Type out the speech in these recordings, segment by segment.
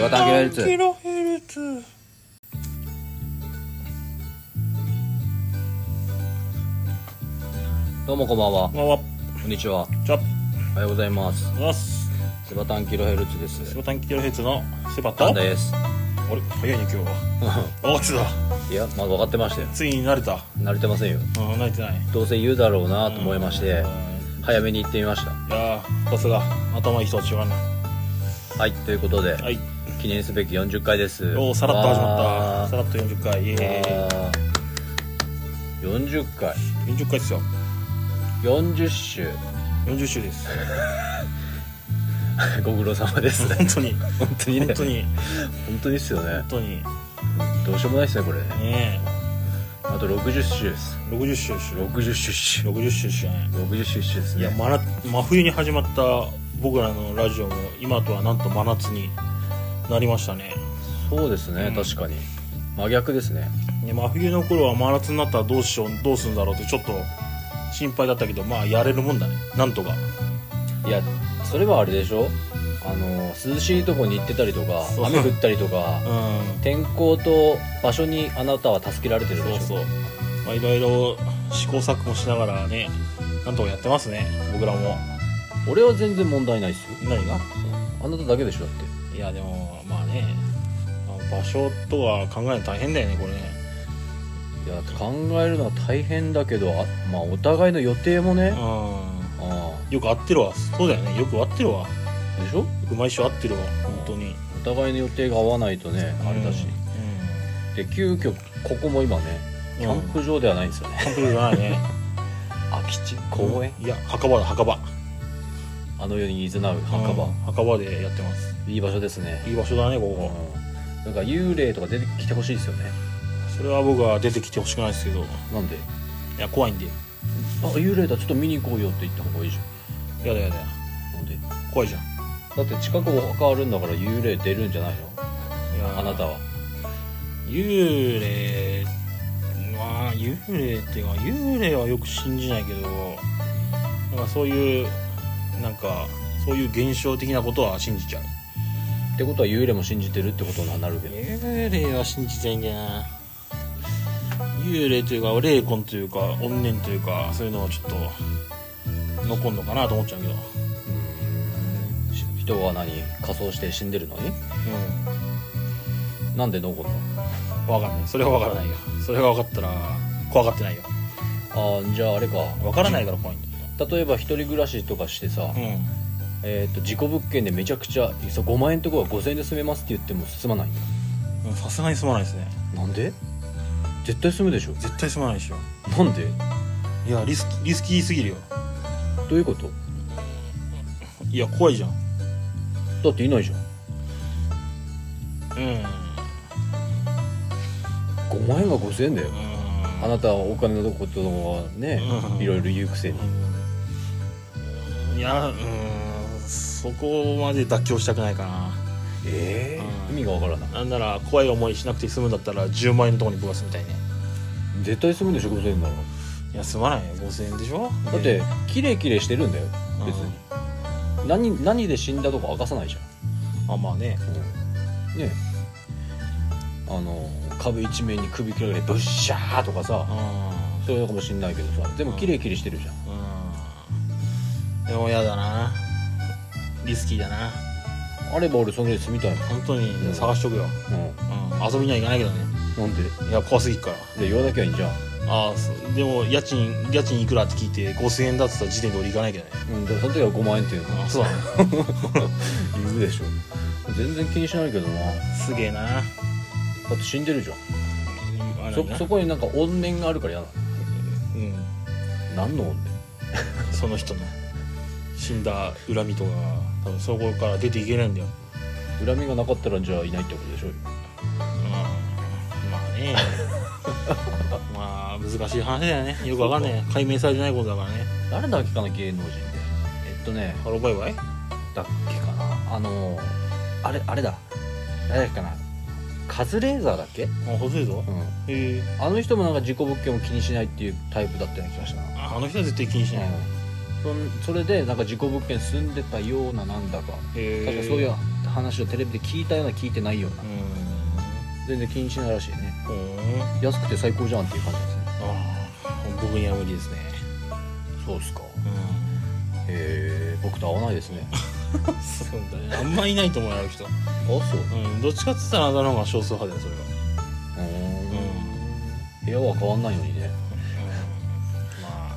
バタンキロヘルツ。 キロヘルツ。 どうもこんばんは。 こんばんは。 こんにちは。 じゃあ、 おはようございます。 おはようございます。 セバタンキロヘルツです。 セバタンキロヘルツのセバタタンです。 あれ早いね今日は。分かってた。 いや、まあ分かってましたよ。 ついに慣れた。 慣れてませんよ。 慣れてない。 どうせ言うだろうなと思いまして、早めに行ってみました。 いやー、さすが頭いい人は違うな。 はい、ということで、 はい。 記念すべき40回です。 おー、さらっと始まった。さらっと40回。イエーイ。 40回。 40回ですよ。 40週。 40週です。 ご苦労様です。 本当に。 本当にね。 本当に。 本当にっすよね。 本当に。 どうしようもないっすね、これ。 ねあと60週です。 え。60週。 60週。 60週しかない。 60週ですね。 いや、真冬に始まった僕らのラジオも今とはなんと真夏になりましたね。 そうですね、確かに真逆ですね。 真冬の頃は真夏になったらどうするんだろうってちょっと心配だったけど、まあやれるもんだね、なんとか。 いや、それはあれでしょ、涼しいとこに行ってたりとか雨降ったりとか、天候と場所にあなたは助けられてるでしょ。 そう、まあいろいろ試行錯誤しながらね、なんとかやってますね、僕らも。 俺は全然問題ないっすよ。 何が？ あなただけでしょだって。 いやでもまあね、場所とは考えるの大変だよねこれね。 いや、考えるのは大変だけど、まあお互いの予定もね、 よく合ってるわ。そうだよね、よく合ってるわ。 でしょ？よく毎週合ってるわ、本当に。 お互いの予定が合わないとね、あれだし、で急遽ここも今ねキャンプ場ではないんですよね。 キャンプ場じゃないね。 空き地、公園、 いや、墓場だ、墓場。 あの世に誘う墓場、 墓場でやってます。 いい場所ですね。 いい場所だね、ここ。 なんか幽霊とか出てきてほしいですよね。 それは僕は出てきてほしくないですけど。 なんで？ いや、怖いんで。 あ、幽霊だ、ちょっと見に行こうよって言った方がいいじゃん。 やだやだ。 なんで？ 怖いじゃん。 だって近くお墓あるんだから幽霊出るんじゃないの？ いや、 あなたは。 幽霊は、幽霊っていうか、幽霊はよく信じないけど、なんかそういう現象的なことは信じちゃう。 ってことは幽霊も信じてるってことになるけど。 幽霊は信じてないんだよな。幽霊というか霊魂というか怨念というか、そういうのはちょっと残んのかなと思っちゃうけど。 人は仮装して死んでるのに、なんで残んの？ 分かんない。それは分からないよ。それが分かったら怖がってないよ。 じゃああれか、 分からないから怖いんだけど。例えば一人暮らしとかしてさ、事故物件でめちゃくちゃ5万円とこは5000円で住めますって言っても住まないんだ。 さすがに住まないですね。 なんで？絶対住むでしょ。 絶対住まないでしょ。 なんで？ いや、リスキーすぎるよ。 どういうこと？ いや、怖いじゃん。 だっていないじゃん。5万円が5000円だよ。あなたはお金のことはね、いろいろ言うくせに。 いや、そこまで妥協したくないかな。 意味がわからない。 なんなら怖い思いしなくて済むんだったら10万円のところに僕は住みたいね。 絶対住むでしょ、5000円なら。 いや、住まないよ、5000円でしょ。 だってキレイキレイしてるんだよ、別に。何で死んだとか明かさないじゃん。 まあね。 ね、壁一面に首切られてブッシャーとかさ、そういうのかもしんないけどさ、でもキレイキレイしてるじゃん。 でも嫌だな、リスキーだな。 あれば俺それで住みたいの。 本当に探しとくよ。遊びには行かないけどね。 なんで？ いや、怖すぎっから。 で言わなきゃいいんじゃん。 でも家賃いくらって聞いて5000円だって言った時点で俺行かないけどね。 でその時は5万円っていうの。 そうだね。 言うでしょ。全然気にしないけどな。 すげえな。 だって死んでるじゃん。そこになんか怨念があるから嫌なの。何の怨念？ その人の死んだ恨みとか多分そこから出ていけないんだよ。 恨みがなかったらじゃあいないってことでしょ。 まあね。まあ難しい話だよね。よくわかんない。解明されてないことだからね。 誰だっけかな、芸能人で。 ハローバイバイだっけかな。あれだ。誰だっけかな。カズレーザーだっけ？ 細いぞ。 あの人もなんか事故物件を気にしないっていうタイプだったような気がしたな。 あの人は絶対気にしない。 それでなんか事故物件住んでたような、なんだか確かそういう話をテレビで聞いたような聞いてないような、全然気にしないらしいね。安くて最高じゃんっていう感じですね。 僕には無理ですね。 そうですか。僕と合わないですね。 そうだね、あんまいないと思うよ、ある人。 あ、そう。 どっちかって言ったらあなたの方が少数派だよ、それは。 部屋は変わんないのにね。 ま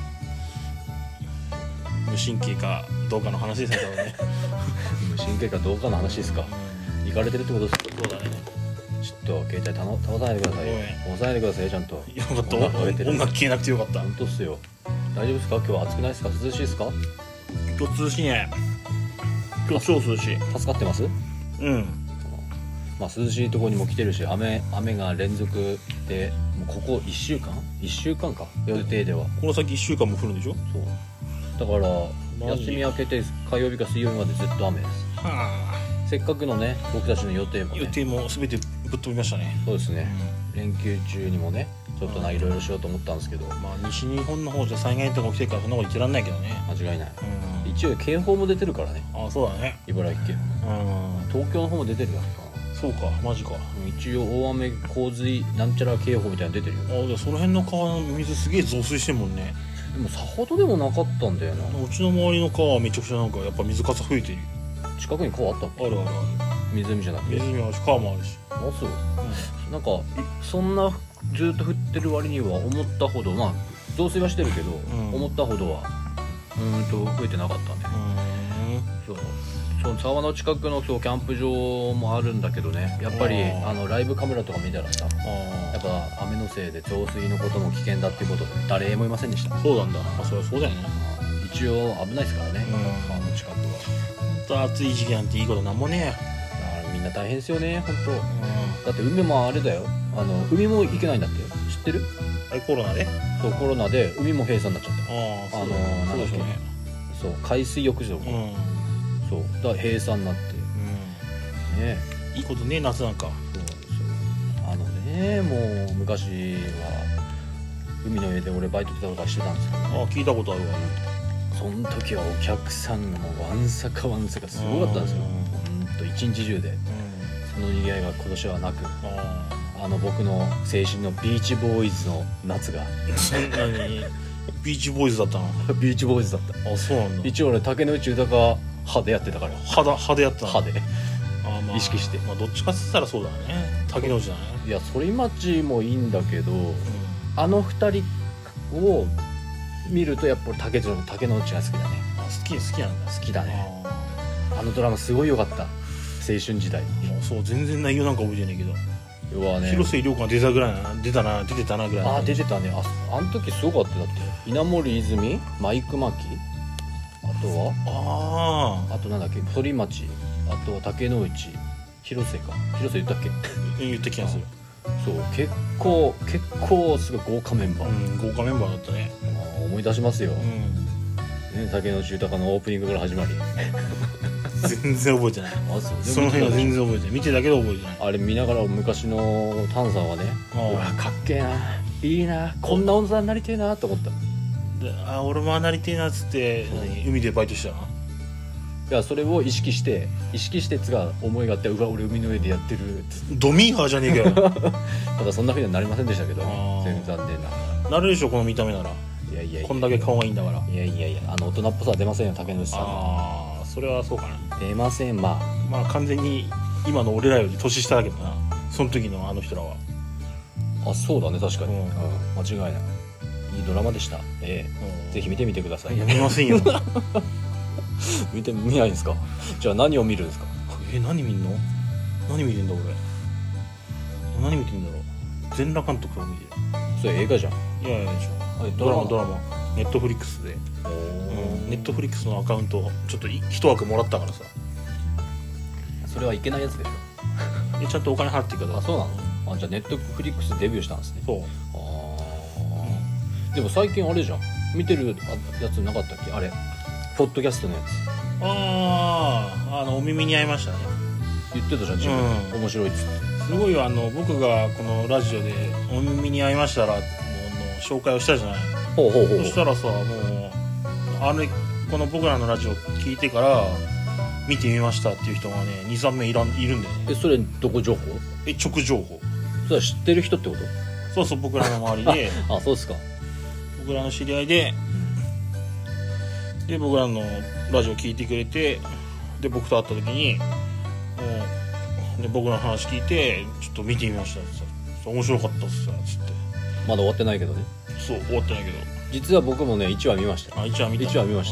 あ無神経かどうかの話ですね、多分ね。 無神経かどうかの話ですか。行かれてるってことですか。 そうだね。 ちょっと携帯倒さないでくださいよ。押さないでくださいよ、ちゃんと。 よかった、音楽消えなくてよかった。 本当っすよ。大丈夫ですか。今日は暑くないですか。涼しいですか。 今日涼しいね。今日超涼しい。 助かってます。まあ涼しいところにも来てるし、雨が連続でもうここ1週間か予定ではこの先1週間も降るんでしょ。 そうだから休み明けて火曜日か水曜日までずっと雨です。せっかくのね僕たちの予定も全てぶっ飛びましたね。 そうですね、連休中にもねちょっといろいろしようと思ったんですけど、 まあ西日本の方じゃ災害とか起きてるからそんなこと言ってらんないけどね。 間違いない。一応警報も出てるからね。 あ、そうだね。 茨城県、東京の方も出てるやんか。 そうか、マジか。 一応大雨洪水なんちゃら警報みたいなの出てるよ。 じゃあその辺の川の水すげえ増水してるもんね。 でもさほどでもなかったんだよな。 うちの周りの川はめちゃくちゃやっぱ水かさ増えてる。 近くに川あったっけ。ある。湖じゃなくて湖もあるし川もあるし。 あ、そう、なんかそんなずっと降ってる割には思ったほど増水はしてるけど、思ったほどは増えてなかったね。そう沢の近くのキャンプ場もあるんだけどね、やっぱりライブカメラとか見たらさ、やっぱ雨のせいで増水のことも危険だっていうことで誰もいませんでした。 そうなんだ。そりゃそうだよね。 一応危ないですからね、川の近くは。 本当暑い時期なんていいことなんもねえや。 みんな大変ですよね本当。だって海もあれだよ、海も行けないんだってよ。知ってる？ コロナで？ そう、コロナで海も閉鎖になっちゃった。 そうですね。 そう、海水浴場、そうだから閉鎖になって、ね、 いいことね、夏なんか。 もう昔は海の家で俺バイトとかしてたんですけど、 聞いたことあるわ。 その時はお客さんがもうわんさかすごかったんですよ。一日中で、その賑わいが今年はなく、僕の青春のビーチボーイズの夏が。 そんなにビーチボーイズだったの？ ビーチボーイズだった。 あ、そうなんだ。 一応俺竹野内豊派でやってたから。 派でやったの？ 派で意識して。 どっちかって言ったらそうだね、竹野内だね。 いや反町もいいんだけど、あの二人を見るとやっぱり竹野内が好きだね。 好きなんだ。 好きだね。あのドラマすごい良かった。青春時代。 そう、全然内容なんか覚えてないけど、 要はね、 広末涼子が出てたなぐらい。 出てたね。あの時すごかった。だって稲森泉、マイクマキ、あとなんだっけ、反町、あとは竹野内、広瀬言ったっけ？ 言った気がする。 そう、結構すごい豪華メンバー。 豪華メンバーだったね。 思い出しますよ。竹野内豊のオープニングから始まり。 全然覚えてない。その辺は全然覚えてない。見てたけど覚えてない。 あれ見ながら昔のタンさんはね、うわかっけえな、いいな、こんな女になりてえなと思った。 俺もなりてえなっつって海でバイトしたな。 いや、それを意識してつが思いがあって、うわ俺海の上でやってるドミーハーじゃねえかよ。 ただそんな風にはなりませんでしたけど、全然残念な。 なるでしょこの見た目なら。いやこんだけ顔がいいんだから。 いや大人っぽさは出ませんよ竹野内さんは。 それはそうかな。 出ません。まあ完全に今の俺らより年下だけどな、その時のあの人らは。 そうだね、確かに、間違いない。いいドラマでした。ぜひ見てみてください。 見ませんよ。 見ないんですか？じゃあ何を見るんですか？ 何見んの？何見てんだ俺。何見てんだろう。全裸監督とか見てる。 それ映画じゃん。 いやドラマ。ネットフリックスで。ネットフリックスのアカウントちょっと一枠もらったからさ。 それはいけないやつでしょ。 ちゃんとお金払っていいから。 そうなの？じゃあネットフリックスデビューしたんですね。 そう。 でも最近あれじゃん、見てるやつなかったっけ、あれポッドキャストのやつ。 お耳に合いましたね。 言ってたじゃん自分、面白いっつって。 すごいよ。僕がこのラジオでお耳に合いましたら紹介をしたじゃない。そしたらさ、もうこの僕らのラジオ聞いてから見てみましたっていう人がね 2,3 名いるんだよね。 それどこ情報？ 直情報。 それは知ってる人ってこと？ そうそう、僕らの周りであ、そうですか。 僕らの知り合いで、で僕らのラジオ聞いてくれて、で僕と会った時にで僕の話聞いてちょっと見てみましたってさ、面白かったっすよつって。 まだ終わってないけどね。 そう終わってないけど、 実は僕もね1話見ましたよ。 1話見た。 1話見ました、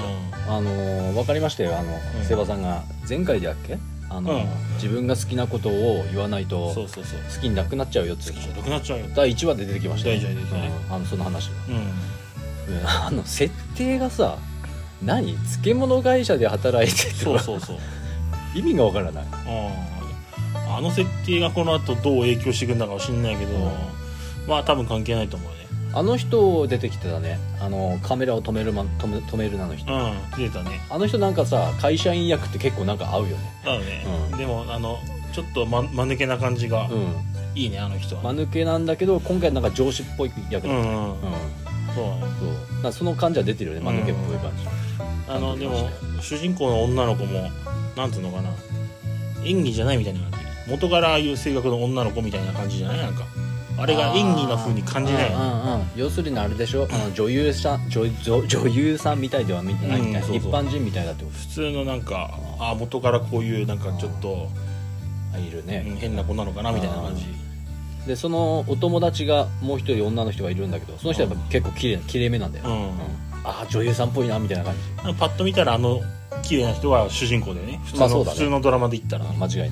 分かりましたよ。セバさんが前回でやっけ自分が好きなことを言わないとそうそうそう好きになくなっちゃうよって。 好きじゃなくなっちゃうよ。 第1話で出てきました第1話で出てきたね。 その話うん。 設定がさ、何漬物会社で働いててそうそうそう意味がわからない。 あの設定がこの後どう影響してくるんだかは知んないけど、まあ多分関係ないと思うね。 あの人出てきてたね。カメラを止めるなの人。 出てたね。 あの人なんかさ、会社員役って結構なんか合うよね。 合うね。でもちょっと間抜けな感じがいいね、あの人は。 間抜けなんだけど今回なんか上司っぽい役だった。 そうだね。その感じは出てるよね、間抜けっぽい感じ。 でも主人公の女の子もなんていうのかな、演技じゃないみたいな感じ。元からああいう性格の女の子みたいな感じじゃない？なんかあれが演技の風に感じない。 要するにあれでしょ、女優さんみたいでは見てないみたいな、一般人みたいだってこと。 普通のなんか元からこういうなんかちょっといるね、 変な子なのかなみたいな感じで、そのお友達がもう一人女の人がいるんだけど、その人はやっぱ結構綺麗めなんだよ。女優さんっぽいなみたいな感じ。 パッと見たら綺麗な人が主人公だよね。普通のドラマで言ったら間違いない。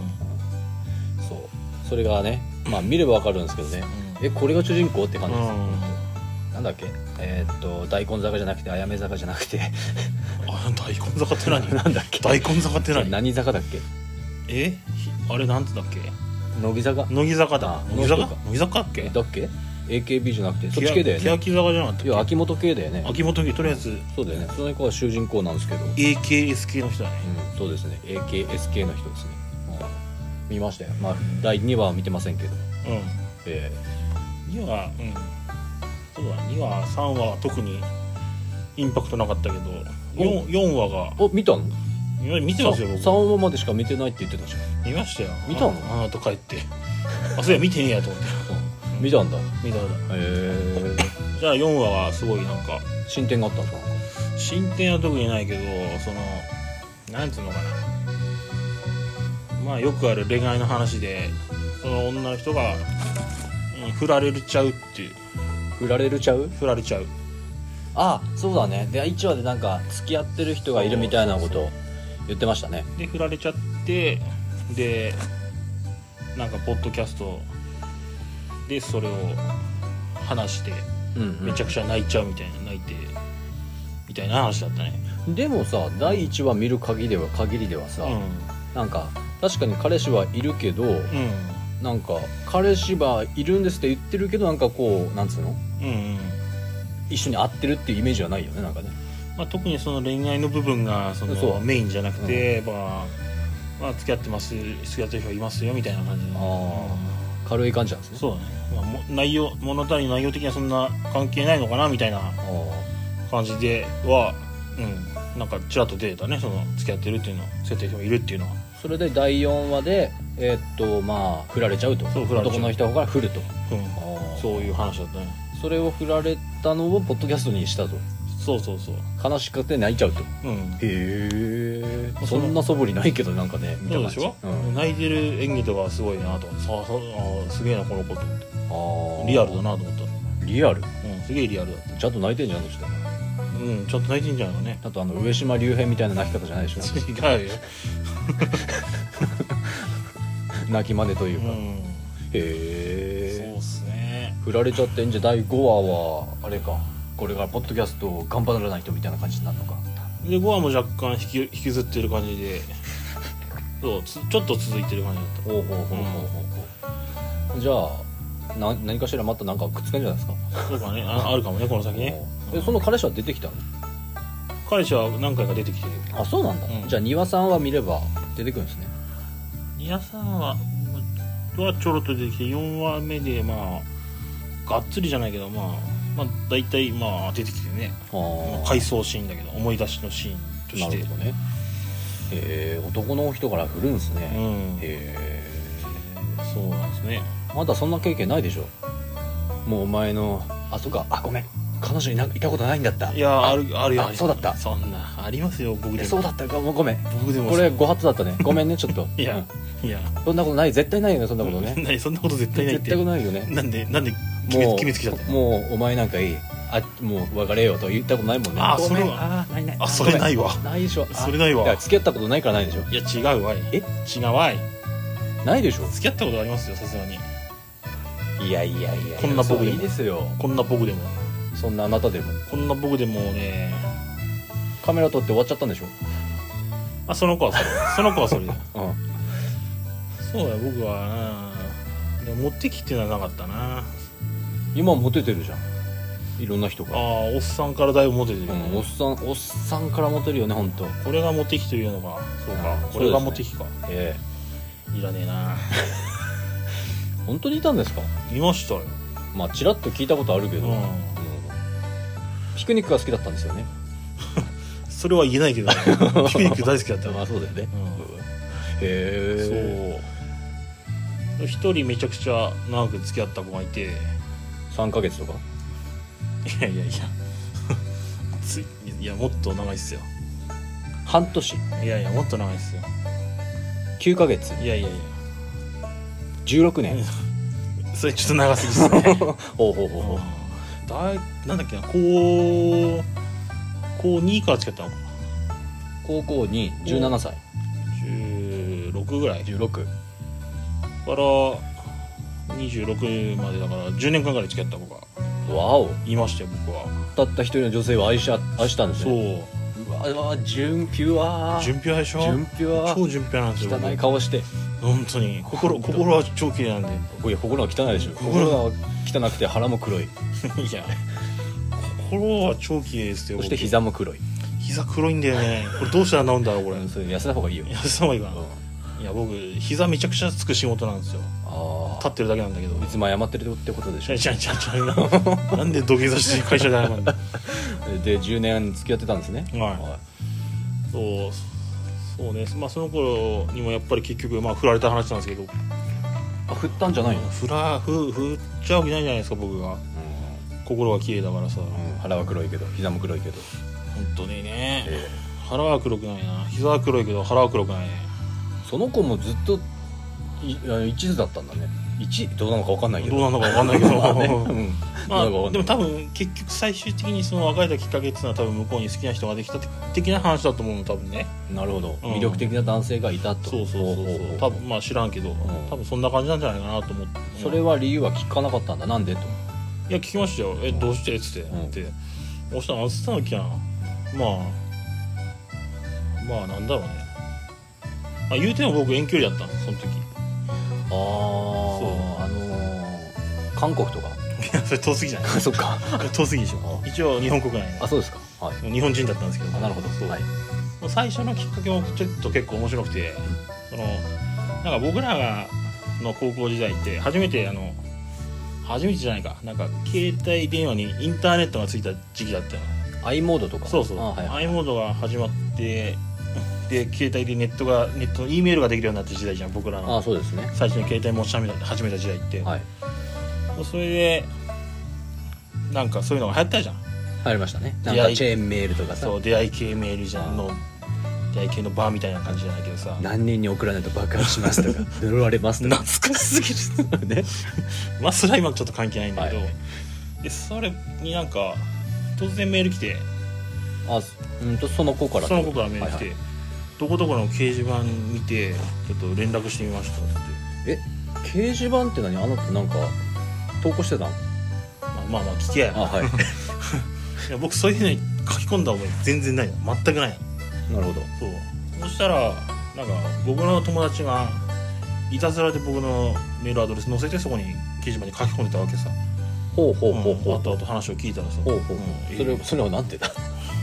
それがね、見ればわかるんですけどね、これが主人公って感じです。なんだっけ、大根坂じゃなくてあやめ坂じゃなくて大根坂って何？ なんだっけ、 大根坂って何坂だっけ？ あれなんてだっけ？ 乃木坂。 乃木坂だ。乃木坂だっけ？ AKB じゃなくてそっち系だよね。 欅坂じゃなかったっけ？ いや秋元系だよね。 秋元系、とりあえずそうだよね。その子は主人公なんですけど AKS 系の人だね。 そうですね、 AKS 系の人ですね。見ましたよ。第2話は見てませんけど。 2話そうだ、2話3話は特にインパクトなかったけど、4話が見たの？ 見てますよ僕。 3話までしか見てないって言ってたじゃん。 見ましたよ。 見たの？ あの後帰ってそういや見てねえやと思って見たんだ。 じゃあ4話はすごいなんか進展があったんですか？ 進展は特にないけど、なんつうのかな、よくある恋愛の話で、その女の人が、振られちゃうっていう。振られちゃう。 そうだね。で1話でなんか付き合ってる人がいるみたいなことを言ってましたね。 で振られちゃって、でなんかポッドキャストでそれを話して、めちゃくちゃ泣いてみたいな話だったね。 でもさ、第1話見る限りではさ、なんか確かに彼氏はいるけど、なんか彼氏はいるんですって言ってるけど、なんかこうなんつうの、一緒に会ってるっていうイメージはないよね、なんかね。 特にその恋愛の部分がメインじゃなくて、付き合ってる人いますよみたいな感じの軽い感じなんですね。 そうだね。物語の内容的にはそんな関係ないのかなみたいな感じでは、なんかちらっと出てたね。その付き合ってるっていうの、付き合ってる人もいるっていうのは。 それで第4話で振られちゃうと。男の人から振ると、 そういう話だったね。 それを振られたのをポッドキャストにしたと。 そう悲しくて泣いちゃうと。へえ、そんな素振りないけど、なんかね、見た感じ。 そうでしょ、泣いてる演技とかすごいなと思って、すげえなこの子と思って、リアルだなと思った。 リアル？ すげえリアルだった。 ちゃんと泣いてんじゃん、そしたら。 ちゃんと泣いてんじゃないのね。 あと上島竜兵みたいな泣き方じゃないでしょ。 違うよ泣き真似というか。へえ、そうっすね。振られちゃってんじゃ。第5話はあれか、これからポッドキャストを頑張らないとみたいな感じになるのか。 で5話も若干引きずってる感じで、ちょっと続いてる感じだった。 じゃあ何かしらまたなんかくっつけんじゃないですか。 そうかね、あるかもね、この先ね。 その彼氏は出てきたの？ 彼氏は何回か出てきてる。 そうなんだ。じゃあ2話3話見れば出てくるんですね。 2話3話はちょろっと出てきて、4話目でがっつりじゃないけど、大体出てきてね。回想シーンだけど、思い出しのシーンとして。 なるほどね。 男の人から振るんすね。 そうなんですね。 あなたそんな経験ないでしょ。もうお前のそうか、ごめん、彼女いたことないんだった。 いや、あるよ。 そうだった。 そんなありますよ、僕でも。 そうだった。ごめん、 僕でも。 これご発だったね。ごめんね、ちょっと。 いや、 そんなことない、絶対ないよね、そんなことね。 何、そんなこと絶対ないって。 絶対ないよね。 なんで決めつけちゃった。 もうお前なんかいい、もう別れようと言ったことないもんね。 それはない。 それないわ。 ないでしょ。 それないわ。 いや、付き合ったことないからないでしょ。 いや、違うわい。違うわい。 ないでしょ。 付き合ったことありますよ、さすがに。 いや、 こんな僕でもいいですよ。 こんな僕でも。 そんなあなたでも。 こんな僕でもね。 カメラ撮って終わっちゃったんでしょ。 その子はそれだ。そうだよ、僕はでも持ってきてはなかったな。 今モテてるじゃん、いろんな人が。 おっさんからだいぶモテてるよね。 おっさんからモテるよね、本当。 これがモテ期というのか。そうか、これがモテ期か。いらねえな。 本当にいたんですか。 いましたよ。 ちらっと聞いたことあるけど、ピクニックが好きだったんですよね。 それは言えないけど、ピクニック大好きだったよ。 そうだよね。 そう。一人めちゃくちゃ長く付き合った子がいて、 3ヶ月とか。 いやもっと長いっすよ。 半年。 いやもっと長いっすよ。 9ヶ月。 いや 16年。 それちょっと長すぎっすね。 ほう。 なんだっけな、高2から付き合ったのかな。 高校に17歳。 16ぐらい。 16 から26までだから10年間ぐらい付き合った子がいましたよ、僕は。 たった一人の女性を愛したんですね。そう。うわ、純ピュア。 純ピュアでしょ。 純ピュア。 超純ピュアなんですよ。 汚い顔して。 本当に心は超綺麗なんで。 いや、心は汚いでしょ。心は汚くて腹も黒い。いや、心は超綺麗ですよ。 そして膝も黒い。 膝黒いんだよね。これどうしたら治るんだろう、これ。 それ痩せた方がいいよ。 痩せた方がいいかな。いや、僕膝めちゃくちゃつく仕事なんですよ。立ってるだけなんだけど。 いつも謝ってるってことでしょ。 ちゃなんで土下座して会社で謝るんだ。 で10年付き合ってたんですね。 そうね。その頃にもやっぱり結局振られた話なんですけど。 振ったんじゃないの。 振っちゃうわけないじゃないですか、僕が。心が綺麗だからさ。 腹は黒いけど膝も黒いけど。 本当にね。腹は黒くないな。膝は黒いけど腹は黒くないね。 その子もずっと一途だったんだね。どうなのか分かんないけど。 でも多分結局最終的にその別れたきっかけっていうのは多分向こうに好きな人ができた的な話だと思うの、多分ね。 なるほど。魅力的な男性がいたと。 そう多分知らんけど、多分そんな感じなんじゃないかなと思って。 それは理由は聞かなかったんだ。なんでと。 いや、聞きましたよ。どうしてっつって押したのっつったのきゃなんだろうね。言うても僕遠距離だったんです、その時。 韓国とか。 いや、それ遠すぎじゃない。 そっか。 遠すぎでしょ。一応日本国内で。 そうですか。 日本人だったんですけど。 なるほど。 最初のきっかけもちょっと結構面白くて、なんか僕らの高校時代って初めてじゃないか、なんか携帯電話にインターネットがついた時期だったよ。 i モードとか。 そう。i モードが始まって、で携帯でネットの E メールができるようになった時代じゃん、僕らの。 そうですね。 最初に携帯持ち始めた時代って。それでなんかそういうのが流行ったじゃん。 流行りましたね。なんかチェーンメールとかさ。 出会い系メールじゃんの。出会い系のバーみたいな感じじゃないけどさ、 何人に送らないと爆発しますとか呪われますとか。 懐かしすぎるね。それは今ちょっと関係ないんだけど、でそれになんか突然メール来て、 その子からメール来て、どこどこの掲示板見てちょっと連絡してみましたって。 掲示板って何？あなたなんか投稿してたの？ 聞けや。いや、僕そういうのに書き込んだ覚え全然ないの。全くないの。 なるほど。 そしたらなんか僕の友達がいたずらで僕のメールアドレス載せて、そこに掲示板に書き込んでたわけさ。 後々 話を聞いたらさ、 それはなんてだ。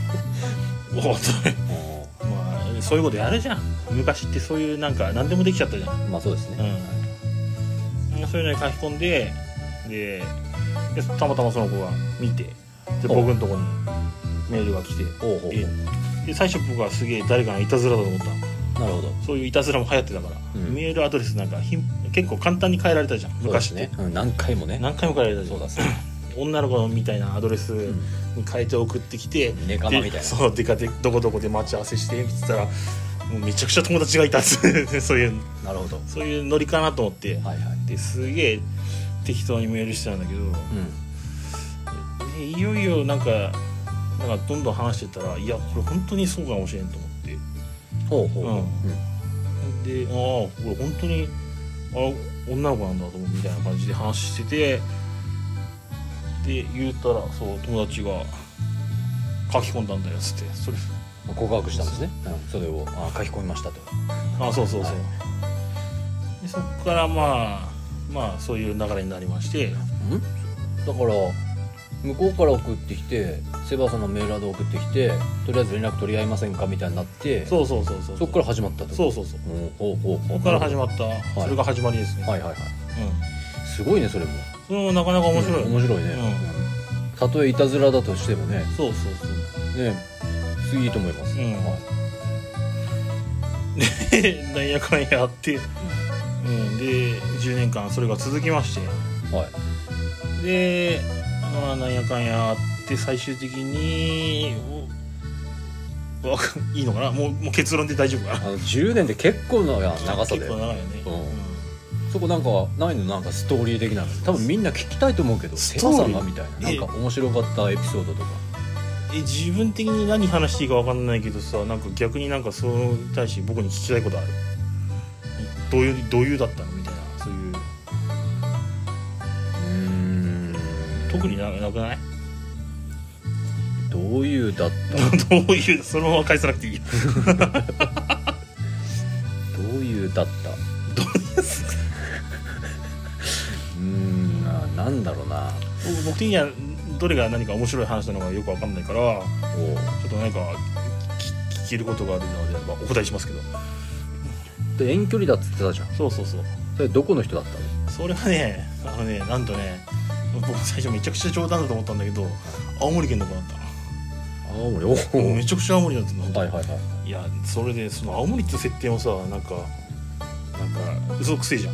そういうことやるじゃん、昔ってそういうなんか何でもできちゃったじゃん。 そうですね。 そういうのに書き込んで、たまたまその子が見て、で僕のところにメールが来て、で最初僕はすげえ誰かのいたずらだと思ったなるほど。 そういういたずらも流行ってたから、メールアドレスなんか結構簡単に変えられたじゃん昔って、 何回も変えられたじゃん。 女の子みたいなアドレスに変えて送ってきて、 ネカマみたいな、 そうでどこどこで待ち合わせしてって言ったらもうめちゃくちゃ友達がいたそういう、 なるほど、 そういうノリかなと思って、ですげえ適当にメールしてたんだけど、いよいよなんかどんどん話してたら、いやこれ本当にそうかもしれんと思って、でこれ本当に女の子なんだと思うみたいな感じで話してて、で言うたらそう友達が書き込んだんだよっつって、それ告白したんですね。それを書き込みましたと。 そう、でそっからまあそういう流れになりまして、 だから向こうから送ってきて、セバさんのメールアド送ってきて、とりあえず連絡取り合いませんかみたいになって、そっから始まったと。 そこから始まった、それが始まりですね。 すごいね、それも。 それもなかなか面白い。 面白いね。たとえいたずらだとしてもね。 そうね、いいと思います。 で、なんやかんやあって、で10年間それが続きまして、でなんやかんやあって最終的にいいのかな、もう結論で大丈夫かな。 10年で結構な長さで。 結構長いよね。 そこなんかないの、なんかストーリー的なの。多分みんな聞きたいと思うけど、セバさんがみたいな、なんか面白かったエピソードとか。 自分的に何話していいか分かんないけどさ、なんか逆になんかそれに対して僕に聞きたいことある。どういうだったのみたいな、そういう。特になくない？ どういうだったどういう、そのまま返さなくていいよ。 どういうだったどうですか？ なんだろうな。 僕的にはどれが何か面白い話なのかよく分かんないから、ちょっと何か聞けることがあるので、お答えしますけど。 で、遠距離だっつってたじゃん。 そう。それどこの人だったの？ それはね、なんとね、僕最初めちゃくちゃ冗談だと思ったんだけど、青森県の子だったの。 青森？ めちゃくちゃ青森だったの。 いや、それでその青森って設定もさ、なんか嘘くせえじゃ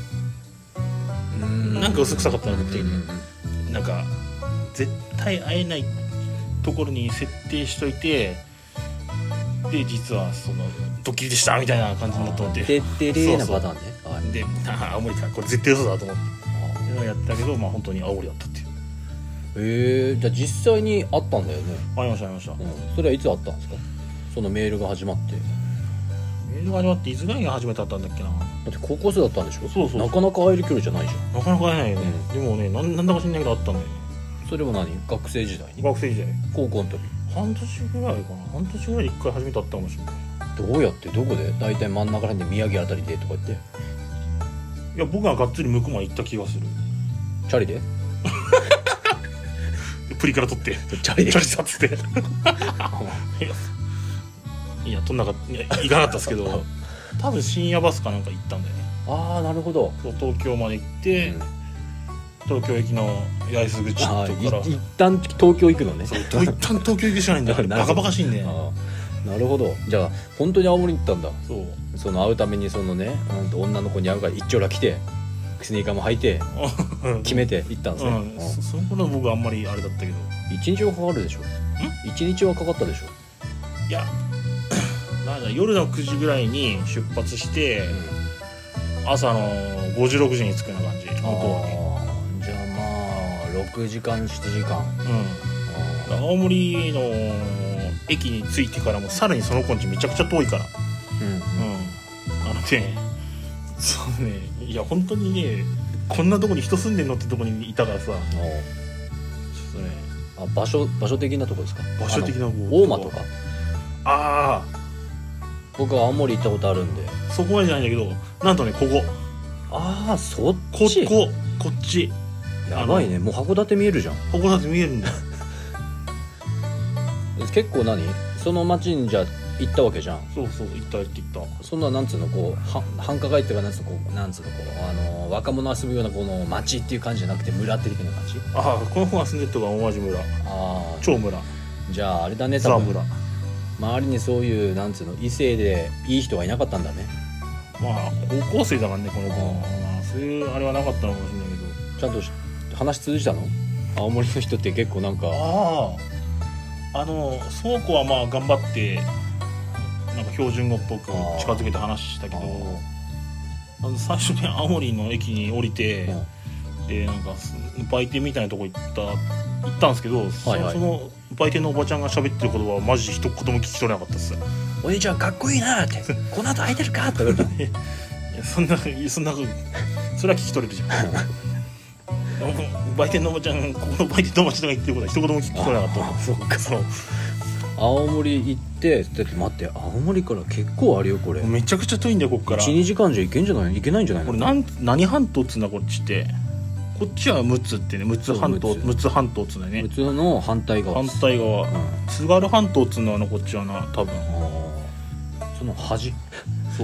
ん。なんか嘘くさかったの僕的に。なんか絶対会えないところに設定しといて、で実はそのドッキリでしたみたいな感じになったので、 てってれーなパターンね。 で、青森か、これ絶対嘘だと思ってやったけど、本当に青森だったっていう。 じゃあ実際に会ったんだよね。 会いました、 それはいつ会ったんですか？そのメールが始まって。 メールが始まっていつぐらいが初めて会ったんだっけな。 だって高校生だったんでしょ。 そうなかなか会える距離じゃないじゃん。 なかなか会えないよね。でもね、なんだか知んないけど会ったんだよね。 それも何？学生時代に？ 学生時代。 高校の時。 半年ぐらいかな。半年ぐらいで1回初めて会ったかもしれない。 どうやって？どこで？大体真ん中ら辺で宮城あたりでとか言って。 いや、僕ががっつり向こうまで行った気がする。 チャリで？ プリから撮ってチャリさっつっていや、撮んなかった、行かなかったですけど、多分深夜バスかなんか行ったんだよね。 なるほど。 東京まで行って、東京駅の八重洲口のとこから一旦東京行くのね。 そう、一旦東京行くしかないんだよ。バカバカしいんで。 なるほど。じゃあ本当に青森に行ったんだ。 そう。 その会うためにそのね、女の子に会うから一丁羅来て、スニーカーも履いて決めて行ったんですね。 その頃僕はあんまりあれだったけど。 1日はかかるでしょ。1日はかかったでしょ。 いや、夜の9時ぐらいに出発して、朝の5時6時に着くような感じ。向こうに。じゃあ6時間7時間。 青森の駅に着いてからもさらにその子んちめちゃくちゃ遠いから。そうね、いや本当にね、こんなとこに人住んでんのってとこにいたからさ。ちょっとね、 場所的なとこですか？ 場所的な大間とか。僕は青森行ったことあるんで。 そこまでじゃないんだけど、なんとね、ここ。 そっち。 こっち。 やばいね、もう函館見えるじゃん。 函館見えるんだよ。 結構その町にじゃ行ったわけじゃん。 そう、行ったそんななんつうの、こう繁華街っていうか、なんつうの、若者遊ぶようなこの町っていう感じじゃなくて村的な感じ。 この子が住んでるとこは大町村。超村。 じゃああれだね、 ザ村。 周りにそういうなんつうの異性でいい人はいなかったんだね。 まあ高校生だからねこの子は、そういうあれはなかったのかもしれないけど。ちゃんと話通じたの？青森の人って結構なんか倉庫はまあ頑張ってなんか標準語っぽく近づけて話したけど、最初に青森の駅に降りて、でなんか売店みたいなとこ行ったんですけど、その売店のおばちゃんが喋ってる言葉はマジ一言も聞き取れなかったです。 お兄ちゃんかっこいいなってこの後空いてるかって言われた。いやそんなそれは聞き取れるじゃん。売店のおばちゃん、ここの売店のおばちゃんが言ってることは一言も聞き取れなかった。 そうか。そう。青森行ってだって待って青森から結構あるよこれ。 めちゃくちゃ遠いんだよこっから。 1、2時間じゃ行けんじゃない？行けないんじゃないの？ これ何半島っつうんだこっちって。こっちは陸奥ってね、陸奥半島っつうんだよね。 陸奥の反対側。 津軽半島っつうのはこっちはな多分。 その端。 そう。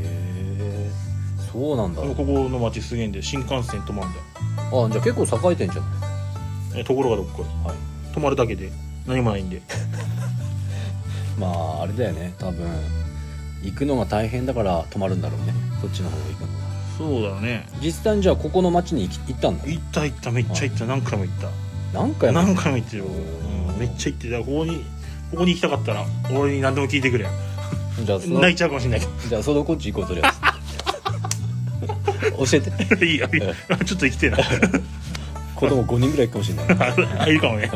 そうなんだ。 ここの町すげえんで新幹線止まるんだよ。じゃあ結構栄えてんじゃない？ところがどっか、止まるだけで何もないんで。 まああれだよね多分行くのが大変だから止まるんだろうねそっちの方が行くのが。 そうだね。 実際にじゃあここの町に行ったんだ。 行っためっちゃ行った。何回も行った。 何回も行ってるよ。めっちゃ行ってた。ここに行きたかったら俺に何でも聞いてくれよ。じゃあ泣いちゃうかもしれないけど。 じゃあそのこっち行こうとりあえず。教えて。 いいよ。ちょっと行きてえな。 子供5人ぐらい行くかもしれない。 いるかもね。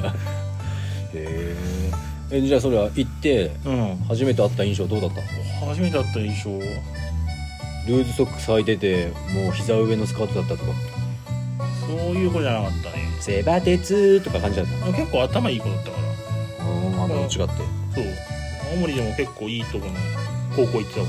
じゃあそれは行って、初めて会った印象どうだった？ 初めて会った印象、 ルーズソックス履いててもう膝上のスカートだったとかそういう子じゃなかったね。 セバテツとか感じだった。 結構頭いい子だったから。 あんなの違って。そう青森でも結構いいとこの高校行ってた子だ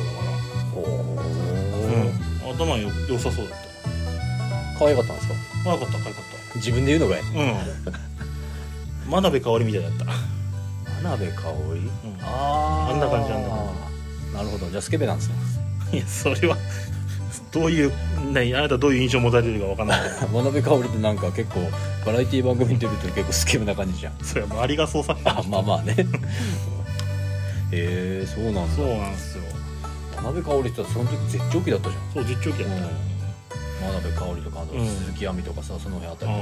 から。頭良さそうだった。 可愛かったんですか？ 可愛かった。 自分で言うのかい？ 真鍋かおりみたいだった。 真鍋かおり？ あんな感じなんだ。 なるほど。じゃあスケベなんですね。 いやそれはどういうあなたどういう印象持たれてるか分かんない。 真鍋かおりってなんか結構バラエティ番組に出ると結構スケベな感じじゃん。 それは周りがそうさせた。 まあね。そうなんだ。 そうなんですよ。 真鍋かおりってその時絶頂期だったじゃん。 そう絶頂期だった。 真鍋かおりとか鈴木亜美とかさその辺あたり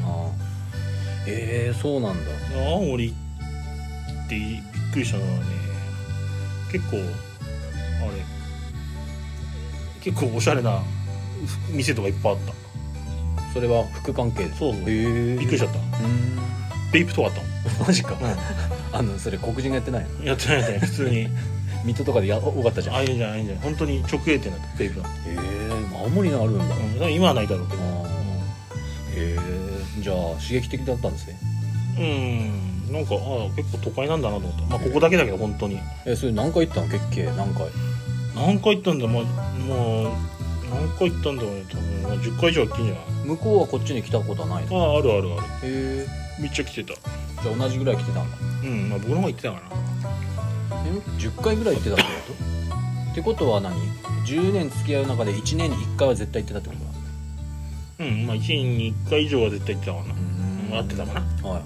とか。そうなんだ。 青森ってびっくりしたのはね結構おしゃれな店とかいっぱいあった。 それは服関係で。 そうびっくりしちゃった。ベイプとかあったの？マジか。それ黒人がやってないの？ やってない普通に水戸とかで多かったじゃん。 いいじゃん本当に直営店だったベイプだ。 青森にあるんだ。 今はないだろうけど。 じゃあ刺激的だったんですね。 なんか結構都会なんだなと思った。ここだけだけど本当に。 それ何回行ったの？結計何回行ったんだ。何回行ったんだろうね。多分10回以上は来てんじゃない？ 向こうはこっちに来たことはないの？ ある。めっちゃ来てた。 じゃあ同じぐらい来てたんだ。 僕の方が行ってたかな。 10回ぐらい行ってたってこと？ってことは何？10年付き合う中で1年に1回は絶対行ってたってことだ。 1年に1回以上は絶対行ってたかな。会ってたかな。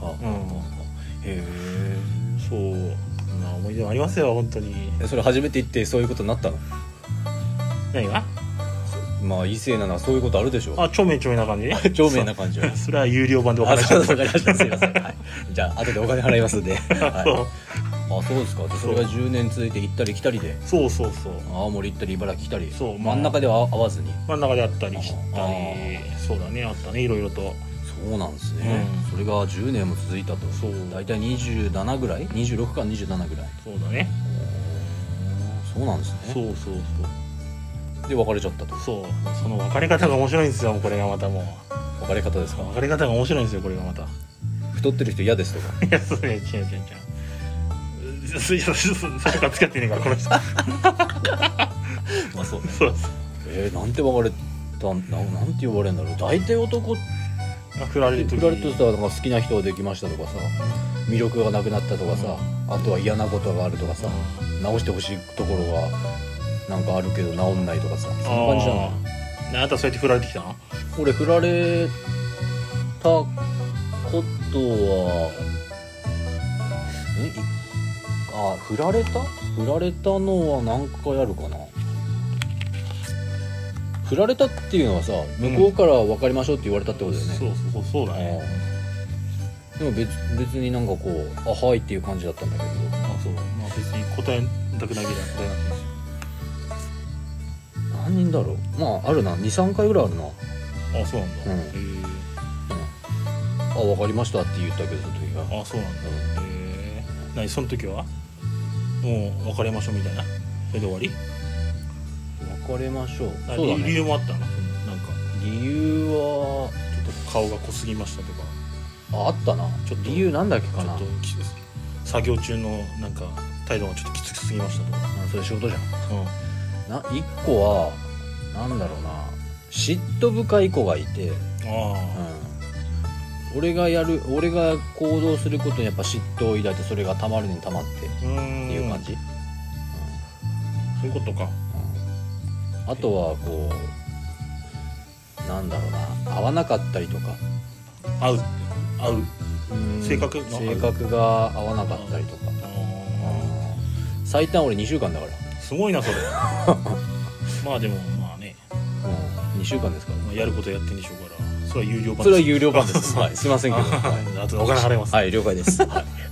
そう思い出もありますよ本当に。 それ初めて行ってそういうことになったの？ 何が？ 異性なのはそういうことあるでしょ。 超明な感じね。 超明な感じ。 それは有料版でお話します。 わかりました。すいません。じゃあ後でお金払いますんで。そうですか。それが10年続いて行ったり来たりで。 そう。 青森行ったり茨城来たり。 真ん中では会わずに。 真ん中で会ったりしたり。そうだねあったねいろいろと。 そうなんですね。それが10年も続いたと。だいたい27ぐらい？26か27ぐらい。 そうだね。 そうなんですね。 そうで別れちゃったと。 その別れ方が面白いんですよ。これがまたもう別れ方ですか？ 別れ方が面白いんですよこれがまた。 太ってる人嫌ですとか。 いやそうね違うそれから使ってねえからこの人。 そうね。 そうなんて別れたなんて呼ばれるんだろう。大体男振られるとさなんか好きな人ができましたとかさ魅力がなくなったとかさあとは嫌なことがあるとかさ直してほしいところがなんかあるけど治んないとかさそんな感じじゃない？ あなたそうやって振られてきたの？ 俺振られたことは振られたのは何回あるかな。振られたっていうのはさ、向こうから別れましょうって言われたってことだよね。 そうだね。 でも別になんかこうはいっていう感じだったんだけど。 そう、まあ別に答えたくないけど答えなくていいですよ。 何人だろう。まああるな、 2,3 回ぐらいあるな。 そうなんだ。 分かりましたって言ったけど、その時は。 そうなんだ。その時はもう別れましょうみたいな、それで終わり？ 別れましょう。そうだね。 理由もあったの？なんか理由はちょっと顔が濃すぎましたとか。 あったな。ちょっと理由なんだっけかな。 ちょっと作業中のなんか態度がちょっときつすぎましたとか。 それ仕事じゃん。一個はなんだろうな、嫉妬深い子がいて、俺が行動することにやっぱ嫉妬を抱いて、それがたまるにたまってっていう感じ。 そういうことか。 あとはこうなんだろうな、合わなかったりとか、 合う性格が合わなかったりとか。最短俺2週間だから。 すごいなそれ。まあでもまあね、 2週間ですから、 やることやってんでしょうから、それは有料版です。 それは有料版です。はい、すいませんけど、 あとお金払います。 はい、了解です。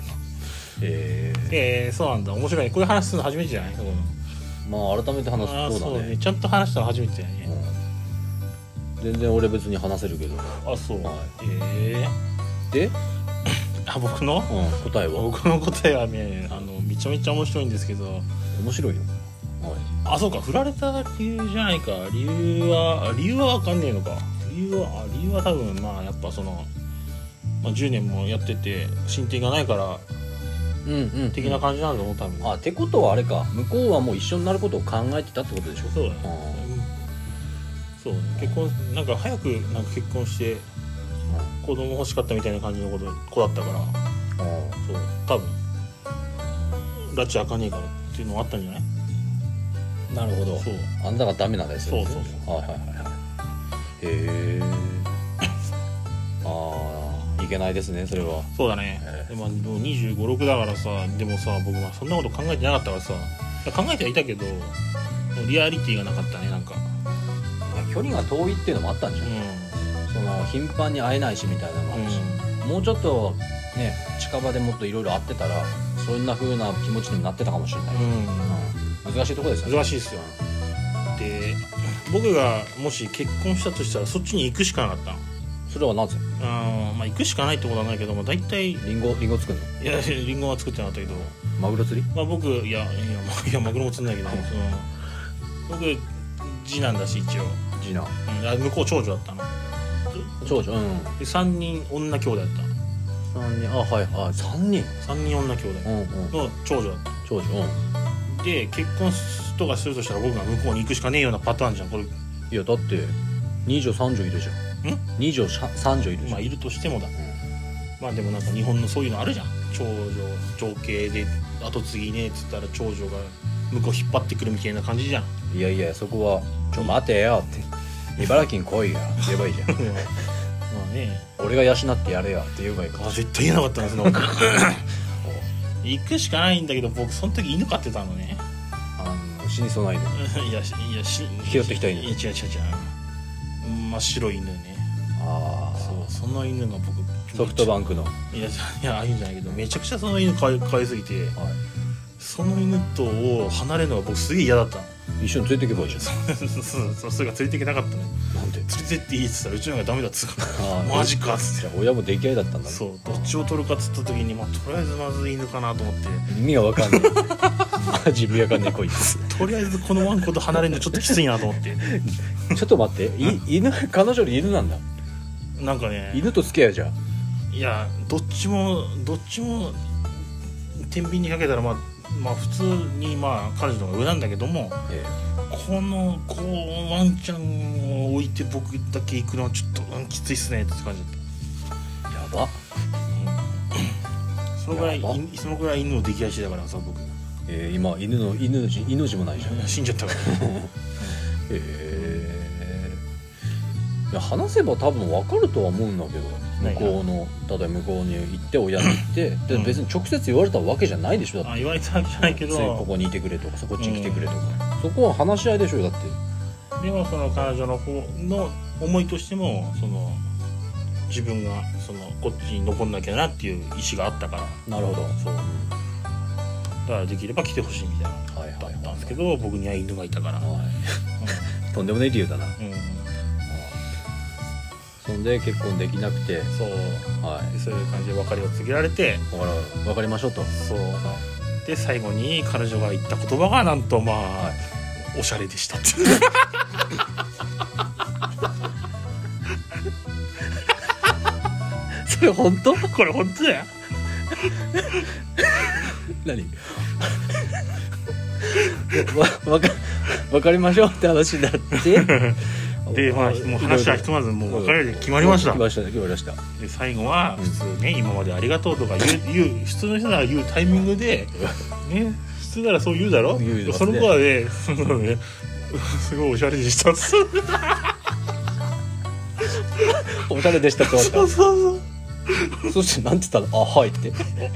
そうなんだ。面白いね。こういう話するの初めてじゃない？ まあ改めて話す。そうだね。 ちゃんと話したの初めてだよね。 全然俺別に話せるけど。 そう。 で僕の答えは？僕の答えはね、めちゃめちゃ面白いんですけど。 面白いよ。 そうか、振られた理由じゃないか。理由は分かんねえのか。理由は多分まあやっぱ10年もやってて進展がないから的な感じなんだと思う、多分。 ってことはあれか、向こうはもう一緒になることを考えてたってことでしょ。 そうだね。そう結婚なんか早くなんか結婚して子供欲しかったみたいな感じの子だったから、そう多分拉致開かねえからっていうのがあったんじゃない？ なるほど。あんたがダメなんですよ。そうはいいけないですね、それは。 そうだね。もう25、6だからさ、でもさ、僕はそんなこと考えてなかったからさ、考えてはいたけどリアリティがなかったね。なんか距離が遠いっていうのもあったんじゃん。頻繁に会えないしみたいなのもあるし、もうちょっとね近場でもっといろいろ会ってたらそんな風な気持ちにもなってたかもしれない。難しいところですよね。 難しいですよ。で僕がもし結婚したとしたらそっちに行くしかなかったの。 それはなぜ？ 行くしかないってことはないけども、大体リンゴ作るの？ いやリンゴは作ってなかったけど。 マグロ釣り？ 僕いやマグロも釣んないけど僕次男だし、一応次男、 向こう長女だったの。 長女。で 3人女兄弟だったの。 3人3人女兄弟の長女だった。 長女。 で結婚とかするとしたら僕が向こうに行くしかねえようなパターンじゃんこれ。 いやだって2女3女いるじゃん。2女3女いるじゃん。 いるとしてもだ。まあでもなんか日本のそういうのあるじゃん。長女長兄で後継ぎねっつったら長女が向こう引っ張ってくるみたいな感じじゃん。 いやそこは待てよって茨城に来いよって言えばいいじゃん。まあね、 俺が養ってやれよって言えばいいか。 絶対言えなかったんですよ。行くしかないんだけど、僕その時犬飼ってたのね。 死にそうない犬。拾ってきた犬。 違う真っ白い犬ね。その犬が僕ソフトバンクのいやああいうんじゃないけど、めちゃくちゃその犬飼いすぎて、その犬と離れるのが僕すげえ嫌だったの。 一緒に連れてけばいいじゃん。 それが連れてけなかったね。 なんで？ 連れてっていいっつったらうちのがダメだっつうから、マジかっつって。 じゃあ親も出来合いだったんだね。 そう、どっちを取るかっつった時に、とりあえずまず犬かなと思って。 意味が分かんない。マジ意味わかんないこいつ。 とりあえずこのワンコと離れるのちょっときついなと思って。 ちょっと待って、彼女に犬なんだ。 なんかね、 犬と付き合いじゃん。 いやどっちも天秤にかけたら普通に彼女の方が上なんだけども、このワンちゃんを置いて僕だけ行くのはちょっときついっすねって感じだった。 やば。 そのぐらい犬の出来合いしてたからさ僕。 今犬字もないじゃん。 死んじゃったから。 いや話せば多分分かるとは思うんだけど。 向こうの例えば向こうに行って親に行ってで別に直接言われたわけじゃないでしょ。だって言われたわけじゃないけどここにいてくれとかこっちに来てくれとか、そこは話し合いでしょ。だってでもその彼女の方の思いとしてもその自分がそのこっちに残んなきゃなっていう意思があったから。 なるほど。 そうだからできれば来てほしいみたいなだったんですけど、僕には犬がいたから、 とんでもない理由だな。そんで結婚できなくて、 そう、そういう感じで別れを告げられて、 別れましょうと。 そうで最後に彼女が言った言葉がなんとおしゃれでしたってそれ本当？ これ本当だよ。 何分かりましょうって話になってでもう話はひとまずもう別れで決まりました。 決まりました。 で最後は普通ね、今までありがとうとか言う普通の人なら言うタイミングでね、普通ならそう言うだろ。その子はねすごいおしゃれでしたおしゃれでしたって言われた。そうそしてなんて言ったの？はいって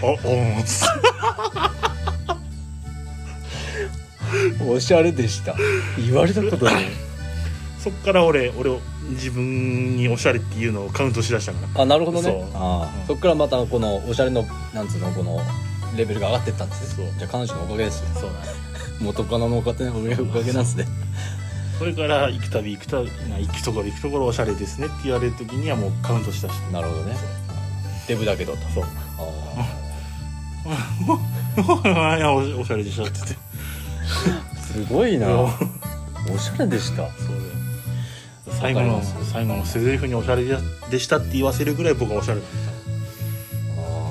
おしゃれでした言われたことない。 そっから俺を自分におしゃれっていうのをカウントしだしたから。 なるほどね。そっからまたこのおしゃれのなんつうのこのレベルが上がってったんですね。じゃあ彼女のおかげですよ。そうだね。元カノのおかげなんですね。 それから行くたび行くところおしゃれですねって言われる時にはもうカウントしだした。 なるほどね。デブだけどと。そう。 おしゃれでしたって言って。 すごいな。おしゃれでした。そうだよ。最後のセリフにおしゃれでしたって言わせるぐらい僕はおしゃれだった。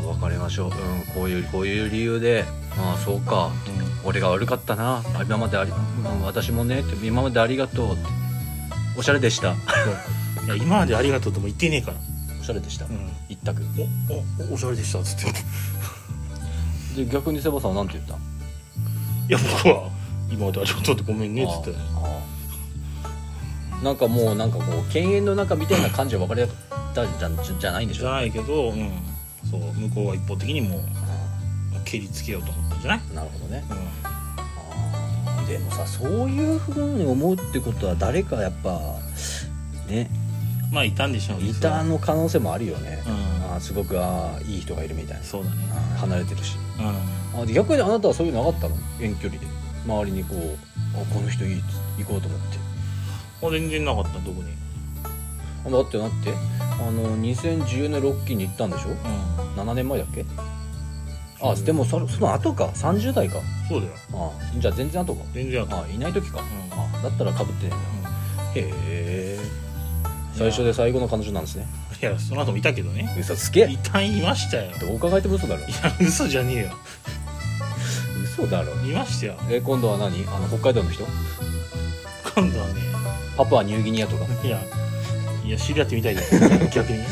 別れましょう。こういう理由で、そうか。俺が悪かったな。今まで私もね今までありがとうって。おしゃれでした。 いや今までありがとうとも言ってねえから。 おしゃれでした。一択。 おしゃれでしたっつって。 で逆にセバさんはなんて言った？いや僕は今までありがとうってごめんねっつって。 なんかもう犬猿の中みたいな感じで別れたじゃないんでしょ。 じゃないけど、そう向こうは一方的にもう蹴りつけようと思ったんじゃない？なるほどね。 でもさそういうふうに思うってことは誰かやっぱね。 いたんでしょうね。 いたの可能性もあるよね。すごくいい人がいるみたいな。そうだね。離れてるし。逆にあなたはそういうのなかったの？遠距離で周りにこの人いい行こうと思って。 全然なかった。どこに？ だって2014年ロッキーに行ったんでしょ。7年前だっけ？でもその後か。30代か。 そうだよ。 じゃあ全然後か。 全然後。 いない時か。だったら被ってねえんだ。へえ。最初で最後の彼女なんですね。 いやその後もいたけどね。 嘘つけ。 いましたよ。 どう考えても嘘だろ。いや嘘じゃねえよ。 嘘だろ。 いましたよ。 今度は何？北海道の人？ 今度はねパプアニューギニアとか。 いや知り合ってみたいよ逆に。へ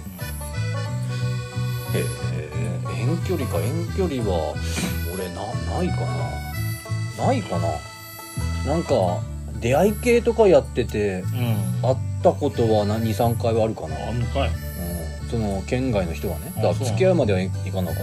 え。遠距離は俺ないかな。なんか出会い系とかやってて、会ったことは 2,3 回はあるかな。 あんのかい。 その県外の人はね。だから付き合うまではいかなかった。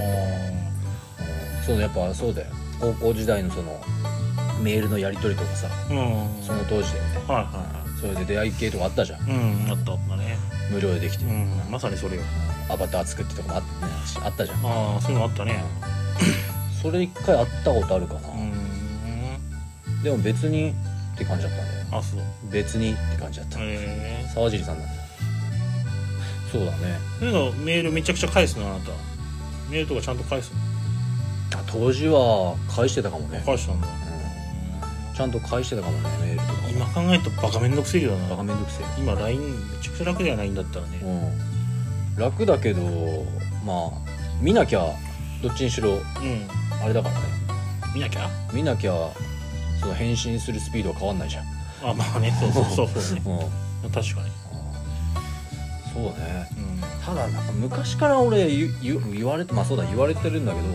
やっぱそうだよ。高校時代のそのメールのやり取りとかさ、その当時だよね。それで出会い系とかあったじゃん。 あったね。 無料でできて、 まさにそれよ。 アバター作ってとかもあったじゃん。 そういうのあったね。 それ1回会ったことあるかな。でも別にって感じだったんだよ。そう。別にって感じだった。沢尻さんなんだ。そうだね。 そういうのメールめちゃくちゃ返すのあなた。メールとかちゃんと返すの？ 当時は返してたかもね。 返したんだ。 ちゃんと返してたかもね、メールとか。 今考えるとバカめんどくせえけどな。 バカめんどくせえ。 今 LINE めちゃくちゃ楽ではないんだったらね。 楽だけど見なきゃどっちにしろあれだからね。見なきゃその返信するスピードは変わんないじゃん。 ね。そうね。確かに。 そうね。ただなんか昔から俺言われて言われてるんだけど、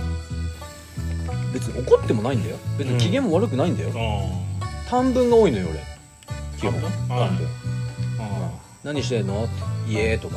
別に怒ってもないんだよ。別に機嫌も悪くないんだよ。短文が多いのよ俺。基本短文。 何してんの家とか、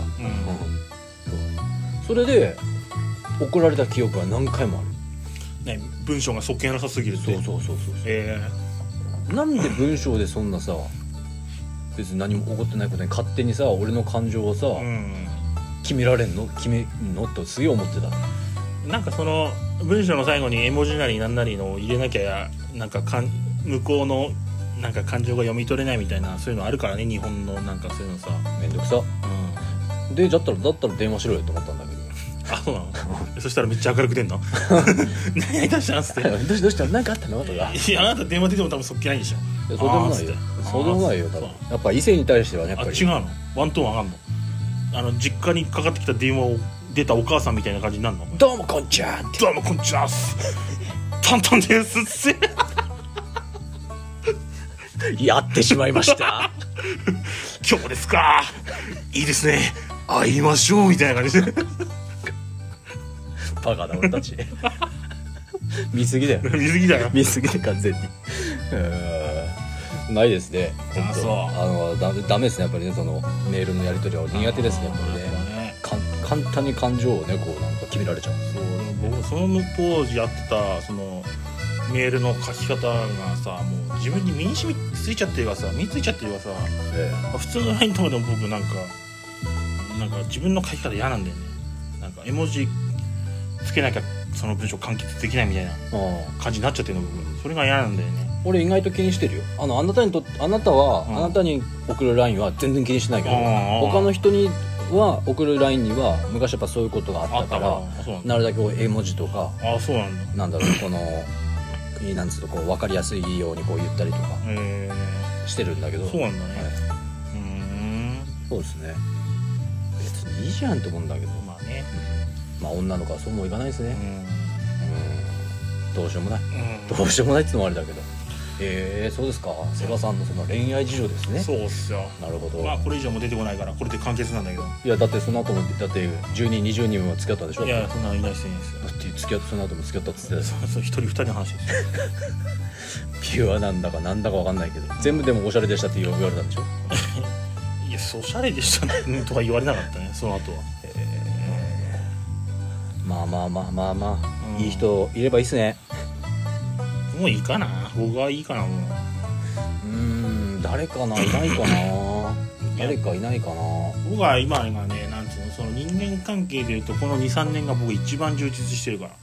それで怒られた記憶が何回もある、ね、文章がそっけなさすぎるって。 そうなんで文章でそんなさ別に何も起こってないことに勝手にさ俺の感情をさ、決められんのとすげえ思ってた。 なんかその文章の最後に絵文字なりなんなりの入れなきゃなんか向こうのなんか感情が読み取れないみたいなそういうのあるからね、日本のなんかそういうのさめんどくさ、でだったら電話しろよと思ったんだけど。 あ、そうなのそしたらめっちゃ明るく出んの何どうしたんつってどうした何かあったのとか。 いやあなた電話出ても多分そっけないんでしょ。 そうでもないよ。そうでもないよ多分。やっぱ異性に対してはねやっぱり。 違うのワントーン上がんの。実家にかかってきた電話を出たお母さんみたいな感じになるの。 どうもこんちゃん。 どうもこんちゃんす。タンタンですっせ。 やってしまいました。 今日ですか。いいですね。会いましょうみたいな感じで。 バカだ俺たち。見すぎだよ。 見すぎだよ。 見すぎで完全に。ないですね。 あ、そう。 ダメですねやっぱりね、そのメールのやり取りは苦手ですねやっぱりね。簡単に感情をねこうなんか決められちゃう。 そうでも僕その当時やってたそのメールの書き方がさもう自分に身についちゃってるからさ身についちゃってるからさ、普通の LINE とかでも僕なんか自分の書き方嫌なんだよね。なんか絵文字つけなきゃその文章完結できないみたいな感じになっちゃってるの僕。それが嫌なんだよね。俺意外と気にしてるよ。あなたは、あなたに送る LINE は全然気にしないけど、他の人には送る LINE には昔やっぱそういうことがあったからなるだけ絵文字とかなんだろうこのなんつうとこう分かりやすいようにこう言ったりとかしてるんだけど。 そうなんだね、 そうですね。別にいいじゃんと思うんだけど、 まあね、 まあ女の子はそうもいかないですね。どうしようもない、どうしようもないってのもあれだけど。そうですか。セバさんのその恋愛事情ですね。 そうっすよ。 なるほど。 まあこれ以上も出てこないからこれで完結なんだけど。 いやだってその後もだって10人20人も付き合ったでしょ。 いやそんないないですよ。 だって付き合ってその後も付き合ったっつってた。 そう1人2人の話ですよ。 ピュアなんだかなんだか分かんないけど全部でもおしゃれでしたって言われたんでしょ。 いやおしゃれでしたねとか言われなかったねその後は。 まあ、いい人いればいいっすね。 もういいかな。僕はいいかな。もう誰かないないかな。誰かいないかな。 僕は今がねなんつうのその人間関係でいうとこの 2,3 年が僕一番充実してるから。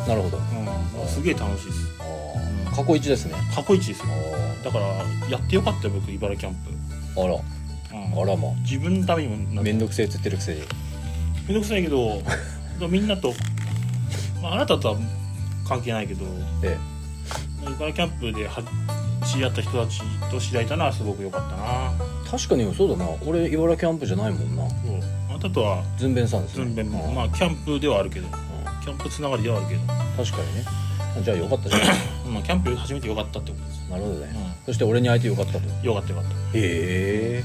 なるほど。 すげえ楽しいです。 過去一ですね。 過去一ですよ。だからやってよかったよ僕茨城キャンプ。 あらまあ自分のためにもめんどくせえって言ってるくせにめんどくさいけどみんなと、あなたとは関係ないけど、茨城キャンプで知り合った人たちと知り合えたのはすごく良かったな。 確かにそうだな。俺茨城キャンプじゃないもんな。 そうあなたとはズンベンさんですね。 ズンベンもまあキャンプではあるけど、キャンプつながりではあるけど確かにね。じゃあよかったじゃん。 まあキャンプ始めてよかったってことです。 なるほどね、そして俺に会えてよかったと。 よかった。 へえ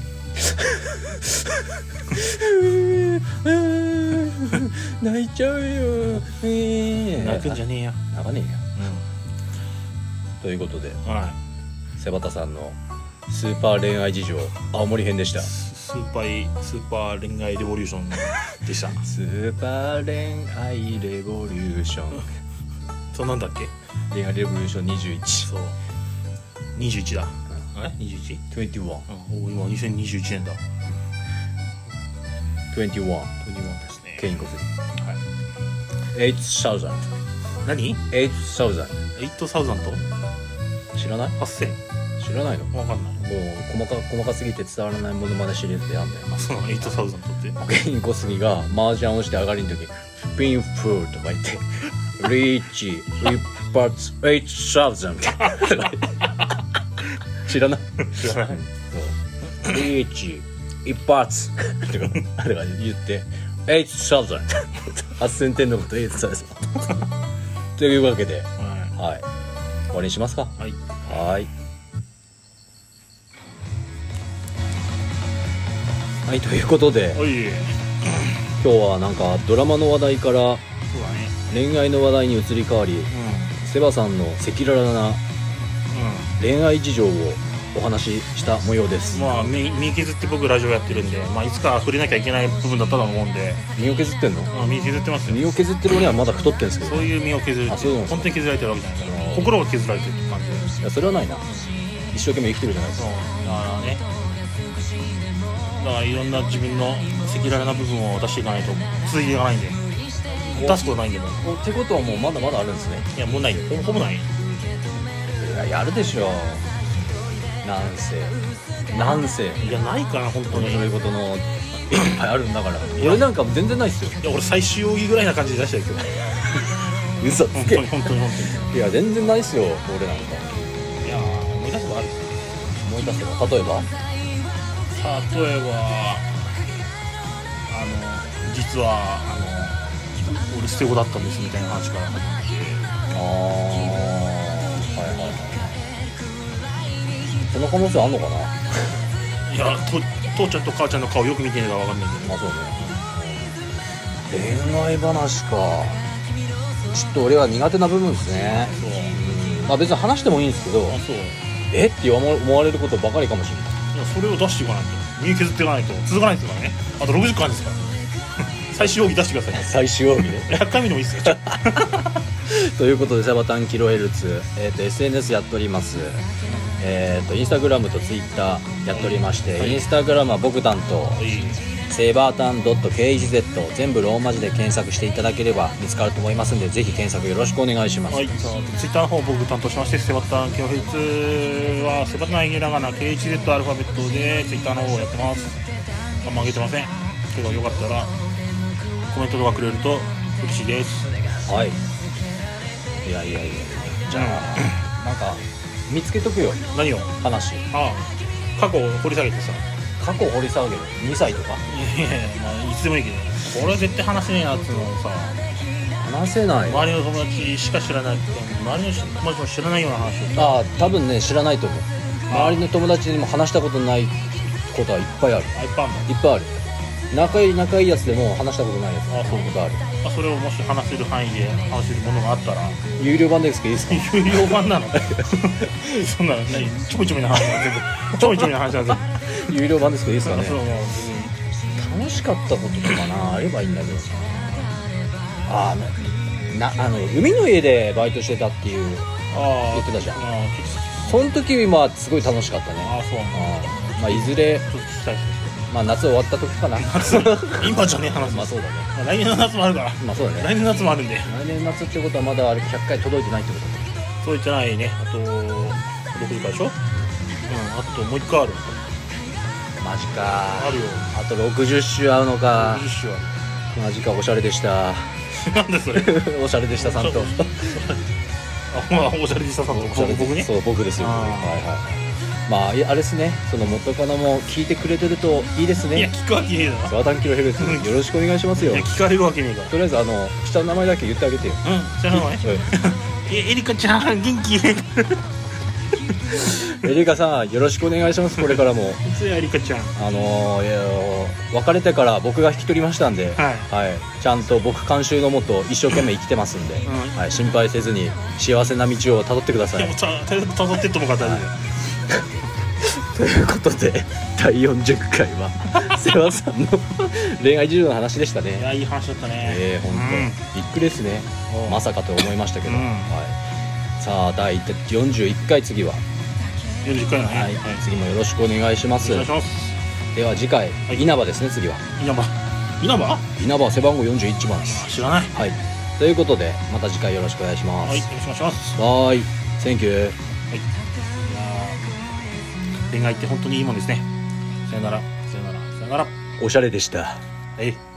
泣いちゃうよ。 泣くんじゃねえよ。 泣かねえよ、ということで、瀬端さんのスーパー恋愛事情青森編でした。 スーパー恋愛レボリューションでした。 スーパー恋愛レボリューションそうなんだっけ。 恋愛レボリューション21。そう 21だ。21？ 21。 今2021年だ。 21 ですね。 ケインコスリ。8,000。 何 ？8,000。 8,000と？ 知らない ？8,000。 知らないの？ わかんない。 もう細かすぎて伝わらないものまねシリーズでやんだよ。 あ、そうなの。8,000とって。 ケイン小杉が麻雀をして上がりの時ピンフーとか言ってリーチ一発8,000みたいな。知らない？ 知らない。 リーチ一発とかあれが言って8,000 8,000点のこと8,000というわけで、はい、終わりにしますか。はい、ということで、今日はなんかドラマの話題から恋愛の話題に移り変わり、セバさんの赤裸々な恋愛事情をお話しした模様です。 まあ身削って僕ラジオやってるんで、まあ、いつか触れなきゃいけない部分だったと思うんで。 身を削ってんの？ 身削ってますよ。 身を削ってる俺はまだ太ってるんですけど。 そういう身を削るって本当に削られてるわけじゃないから、心が削られてるって感じで。 いやそれはないな、一生懸命生きてるじゃないですか。 だからね、だからいろんな自分の赤裸々な部分を出していかないと続いていかないんで、出すことないんでもう。 ってことはもうまだまだあるんですね。 いやもうないよ、ほぼない。 いややるでしょ、なんせいやないかな本当に。 そういうことのいっぱいあるんだから。俺なんか全然ないっすよ。 いや俺最終容疑ぐらいな感じで出したよ今日嘘つけ。 本当にいや全然ないっすよ俺なんか。 いや思い出せばある。 思い出せば例えば実は俺捨て子だったんですみたいな話から始まって。 はいはい。その可能性あんのかな。 いや父ちゃんと母ちゃんの顔よく見てるから分かんないけど。 まあそうね。恋愛話か。ちょっと俺は苦手な部分ですね。 そう、 まあ別に話してもいいんですけど、 そうって思われることばかりかもしれない。 いやそれを出していかないと、身を削っていかないと続かないですからね。あと6時間ですから最終容疑出してください。 最終容疑ね 100回目でもいいですよということでサバタンキロヘルツ、SNS やっております。インスタグラムとツイッターやっておりまして、インスタグラムは僕担当、セイバータン .khz 全部ローマ字で検索していただければ見つかると思いますので、ぜひ検索よろしくお願いします。 はい、ツイッターの方僕担当しまして、セバタンキロヘルツはセバタンひらがな KHZ アルファベットでツイッターの方をやってます。あんま上げてませんけど、よかったらコメントとかくれると嬉しいです。 はい。いやじゃあ、なんか見つけとくよ。 何を？ 話。 過去を掘り下げてさ。 過去を掘り下げる。2歳とか。 いやまあいつでもいいけど、これは絶対話せねえなっつうのをさ。 話せない。 周りの友達しか知らない、周りの友達も知らないような話を。 多分ね知らないと思う。周りの友達にも話したことないことはいっぱいある。 いっぱいあるの？ いっぱいある。仲いいやつでも話したことないやつ。そういうことある。 それをもし話せる範囲で話せるものがあったら。 有料版ですけどいいですか？ 有料版なのそんな何ちょめちょめな話なん全部ちょめちょめな話なん全部有料版ですけどいいですかね？ それはもう楽しかったこととかなあればいいんだけど海の家でバイトしてたっていう言ってたじゃん。その時はすごい楽しかったね。 そうまあいずれちょっと聞きたいです。 まあ夏終わった時かな。 今じゃねえ話。 まあそうだね。 来年の夏もあるから。 まあそうだね。 来年の夏もあるんで。 来年の夏ってことはまだあれ100回届いてないってこと？ 届いてないね。あと6時間でしょ。あともう1回ある。 マジか。 あるよ。 あと60週合うのか。 60週ある。 マジか。おしゃれでした。 なんでそれおしゃれでしたさんと。 おしゃれでしたさんと僕ね。 そう僕ですよ。まああれですね、その元カノも聞いてくれてるといいですね。 いや聞くわけねえだろ。 サバタンキロヘルツよろしくお願いしますよ。 いや聞かれるわけねえから。 とりあえず下の名前だけ言ってあげてよ。 下の名前エリカちゃん元気エリカさんよろしくお願いします。これからもエリカちゃん別れてから僕が引き取りましたんで、ちゃんと僕監修のもと一生懸命生きてますんで、心配せずに幸せな道をたどってください。 たどってってもかったでということで第40回はセバさんの恋愛事情の話でしたね。 いやいい話だったね。 本当びっくりですね。まさかと思いましたけど、さあ第41回次は 41回のね、 次もよろしくお願いします。 お願いします。 では次回、稲葉ですね。次は稲葉背番号41番です。 知らない。 ということでまた次回よろしくお願いします。 よろしくお願いします。 Thank you。 恋愛って本当にいいもんですね。さよなら。 おしゃれでした。